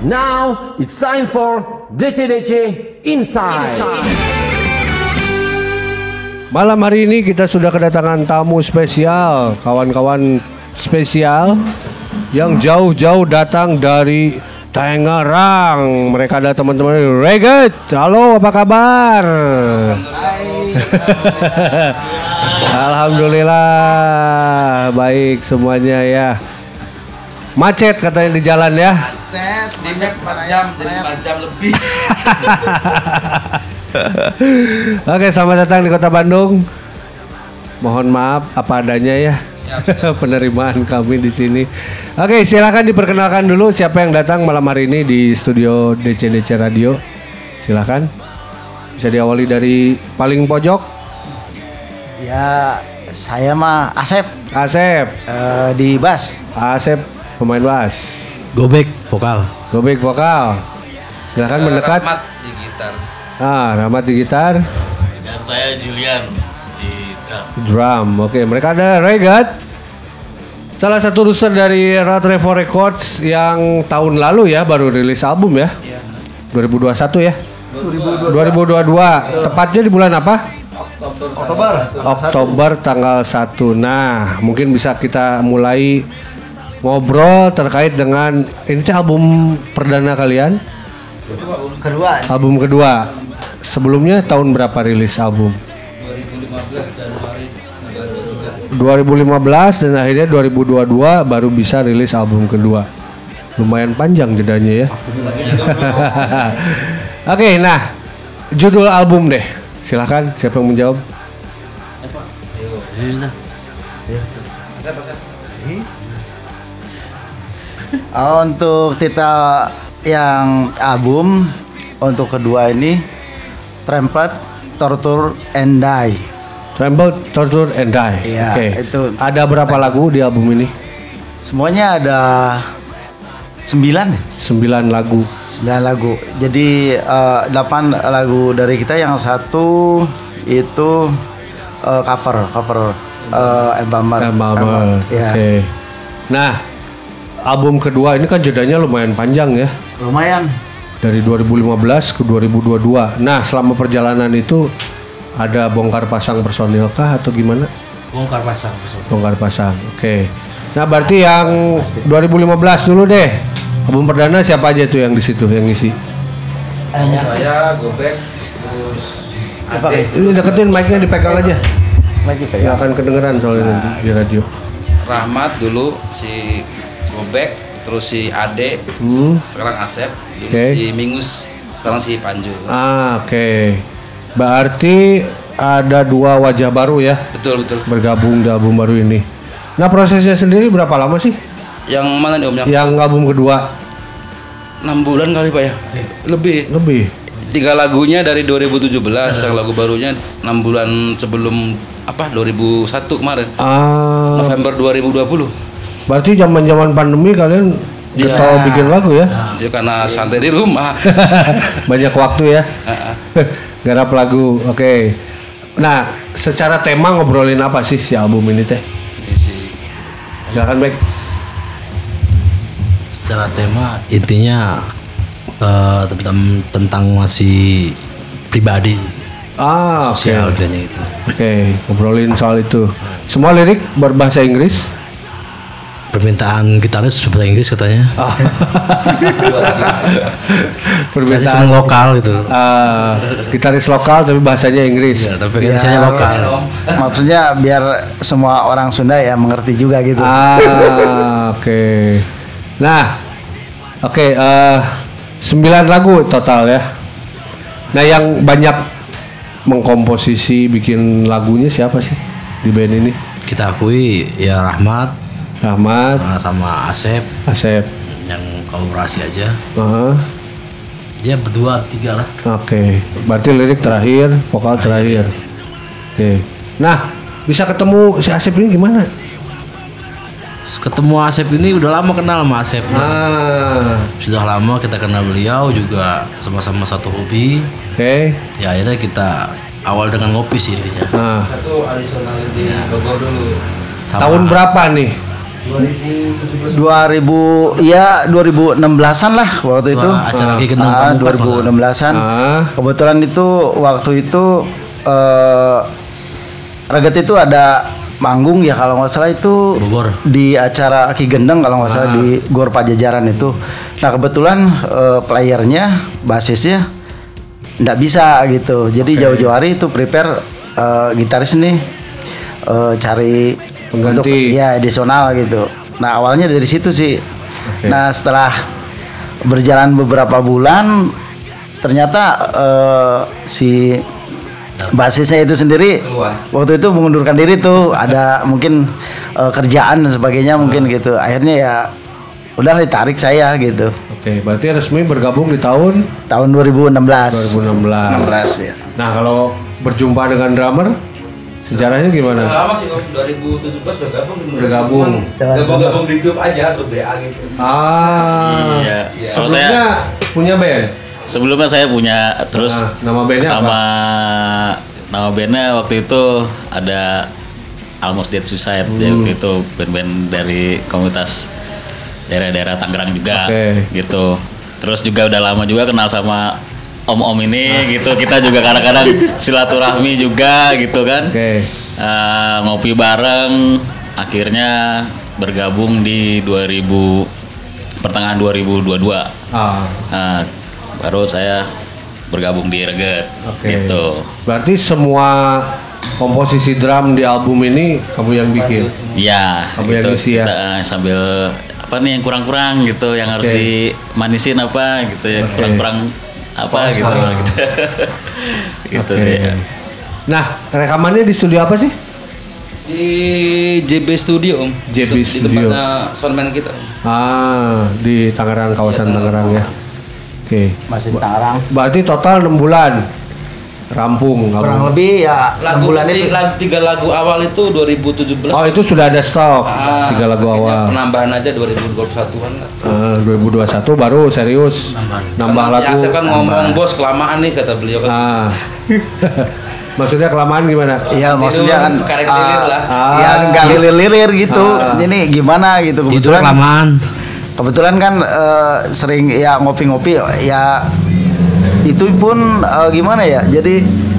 Now it's time for DC Inside. Malam hari ini kita sudah kedatangan tamu spesial, kawan-kawan spesial yang jauh-jauh datang dari Tangerang. Mereka ada teman-teman Reget. Halo, apa kabar? Alhamdulillah, baik semuanya ya. Macet katanya di jalan ya. Macet 4 jam, jadi 4 jam lebih. Oke, selamat datang di Kota Bandung. Mohon maaf apa adanya ya. Penerimaan kami di sini. Oke, silakan diperkenalkan dulu siapa yang datang malam hari ini di studio DC Radio. Silakan. Bisa diawali dari paling pojok. Ya, saya mah Asep. Asep. Di bass. Asep pemain bass. Gobek vokal. Gobek vokal. Silakan mendekat. Rahmat di gitar. Rahmat di gitar. Dan saya Julian di Drum. Oke, mereka ada Regat. Salah satu ruser dari Rat Revo Records yang tahun lalu ya baru rilis album ya. 2021 ya. 2022. Tepatnya di bulan apa? Oktober tanggal 1. Nah, mungkin bisa kita mulai ngobrol terkait dengan ini album perdana kalian? Kedua. Album kedua. Sebelumnya tahun berapa rilis album? 2015 dan akhirnya 2022 baru bisa rilis album kedua. Lumayan panjang jedanya ya. Oke, nah judul album deh. Silakan siapa yang menjawab? Untuk titel yang album untuk kedua ini Trampled, Torture and Die. Tremble, Torture and Die. Iya, Oke. itu. Ada berapa lagu di album ini? Semuanya ada 9 lagu. 9 lagu. Jadi 8 lagu dari kita, yang satu itu cover Embalmer. Ya. Oke. Nah, album kedua ini kan jedanya lumayan panjang ya. Lumayan. Dari 2015 ke 2022. Nah, selama perjalanan itu ada bongkar pasang personil kah atau gimana? Bongkar pasang. Bongkar pasang. Oke. Nah, berarti yang 2015 dulu deh. Album perdana siapa aja tuh yang di situ yang ngisi? Saya Gobek, terus Ade. Ini deketin mic-nya, dipegang aja. Lagi Nggak akan kedengeran soalnya di radio. Rahmat dulu, si Gobek, terus si Ade, sekarang Asep, dulu Oke. si Mingus, sekarang si Panju. Oke. Berarti ada 2 wajah baru ya Betul. bergabung di album baru ini. Nah, prosesnya sendiri berapa lama sih? Yang mana nih Om? Yang album kedua 6 bulan kali Pak ya? Lebih. 3 lagunya dari 2017, yang lagu barunya 6 bulan sebelum 2001 kemarin. November 2020. Berarti zaman-zaman pandemi kalian getol bikin lagu ya? Ya karena santai di rumah. Banyak waktu ya. Garap lagu. Oke. Nah, secara tema ngobrolin apa sih si album ini teh? Silakan Bek. Secara tema intinya tentang masih pribadi, Oke. sosial adanya itu. Oke, ngobrolin soal itu. Semua lirik berbahasa Inggris? Permintaan gitaris bahasa Inggris katanya. Saya seneng lokal gitu. Gitaris lokal tapi bahasanya Inggris. Ya, tapi kan saya lokal. Maksudnya biar semua orang Sunda ya mengerti juga gitu. Oke. Nah, 9 lagu total ya. Nah, yang banyak mengkomposisi bikin lagunya siapa sih di band ini? Kita akui ya Rahmat sama Asep yang kolaborasi aja. Dia berdua 3 lah. Oke. Berarti lirik terakhir, vokal terakhir. Oke. Nah, bisa ketemu si Asep ini gimana? Ketemu Asep ini udah lama kenal sama Asep. Sudah lama kita kenal beliau, juga sama-sama satu hobi. Oke. Ya akhirnya kita awal dengan ngopi sih intinya. Satu adisional di Bogor dulu. Sama Tahun berapa nih 2016-an lah waktu itu. Acara Ki Gendeng Pamungkas. 2016-an. Kebetulan itu waktu itu Reget itu ada manggung ya kalau nggak salah itu Bogor. di acara Ki Gendeng kalau nggak salah di Gor Pajajaran itu. Nah kebetulan playernya, basisnya nggak bisa gitu. Jadi jauh-jauh hari itu prepare gitaris nih cari pengganti. untuk ya additional gitu. Nah awalnya dari situ sih. Nah setelah berjalan beberapa bulan ternyata si basisnya itu sendiri waktu itu mengundurkan diri tuh, ada mungkin kerjaan dan sebagainya mungkin gitu. Akhirnya ya udah ditarik saya gitu. Oke, berarti resmi bergabung di tahun 2016. 2016. Ya. Nah, kalau berjumpa dengan drummer sejarahnya gimana? Lama sih, 2017 udah gabung. Udah gabung. Gabung di grup aja, grup BA gitu. Iya. Kalau Sebelumnya punya band? sebelumnya saya punya, terus nama bandnya sama nama bandnya waktu itu ada Almost Dead Suicide. Ya, waktu itu band-band dari komunitas daerah-daerah Tangerang juga, gitu. Terus juga udah lama juga kenal sama om-om ini, gitu. Kita juga kadang-kadang silaturahmi juga, gitu kan. Ngopi bareng. Akhirnya bergabung di pertengahan 2022. Baru saya bergabung di Reget, gitu. Berarti semua komposisi drum di album ini kamu yang bikin? Iya, kamu gitu. yang isi ya? Kita, sambil apa nih yang kurang-kurang gitu, yang harus dimanisin apa gitu, yang kurang-kurang apa gitu. Gitu sih. Nah, rekamannya di studio apa sih? Di JB Studio, Om. JB Di Studio. tempatnya soundman kita. Di Tangerang, kawasan Tangerang ya. Masih di Tangerang. Berarti total 6 bulan rampung kamu. Kurang lebih ya 6 bulan itu. 3 lagu awal itu 2017. Oh, itu sudah ada stok. 3 lagu awal. Penambahan aja 2021-an lah. 2021 baru serius nambah lagu. Asep kan ngomong, bos kelamaan nih kata beliau kan. Maksudnya kelamaan gimana? Iya, maksudnya kan karek lilir lah. Ya nggak lilir-lilir gitu. Jadi gimana gitu kebetulan. Kebetulan kan sering ya ngopi-ngopi ya, itu pun gimana ya, jadi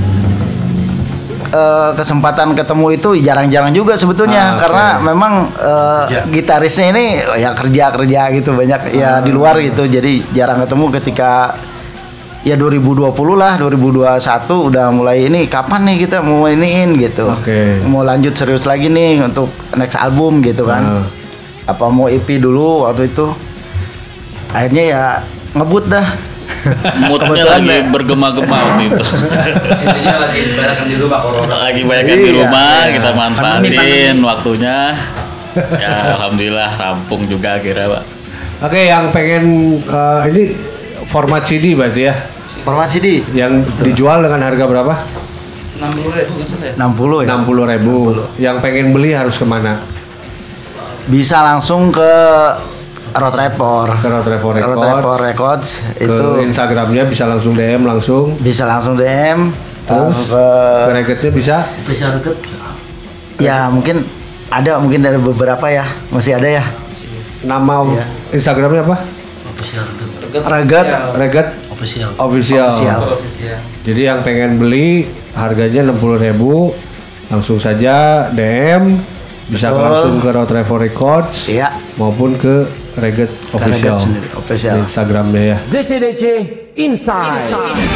kesempatan ketemu itu jarang-jarang juga sebetulnya. Karena memang gitarisnya ini ya kerja gitu banyak ya di luar gitu, jadi jarang ketemu. Ketika ya 2020 lah, 2021 udah mulai ini, kapan nih kita mau iniin gitu, mau lanjut serius lagi nih untuk next album gitu kan. Apa mau EP dulu waktu itu. Akhirnya ya ngebut dah. Moodnya lagi bergema-gema gitu. Intinya lagi banyak di rumah corona. Lagi banyak di rumah, kita manfaatin waktunya. Ya alhamdulillah rampung juga akhirnya, Pak. Oke, yang pengen ini format CD berarti ya? Format CD yang dijual dengan harga berapa? 60.000 kan sudah ya? 60 ya? 60.000. Yang pengen beli harus kemana? Bisa langsung ke Road Report. Ke Road Report Records. Road Report Records itu Instagramnya bisa langsung DM langsung. Bisa langsung DM. Terus ke Regetnya bisa? Bisa Reget. Ya mungkin ada beberapa ya, masih ada ya. Nama Instagramnya apa? Reget Official. Jadi yang pengen beli harganya 60.000, langsung saja DM. Bisa langsung ke Road Report Records maupun ke Reget Official di Instagramnya ya. DC Inside.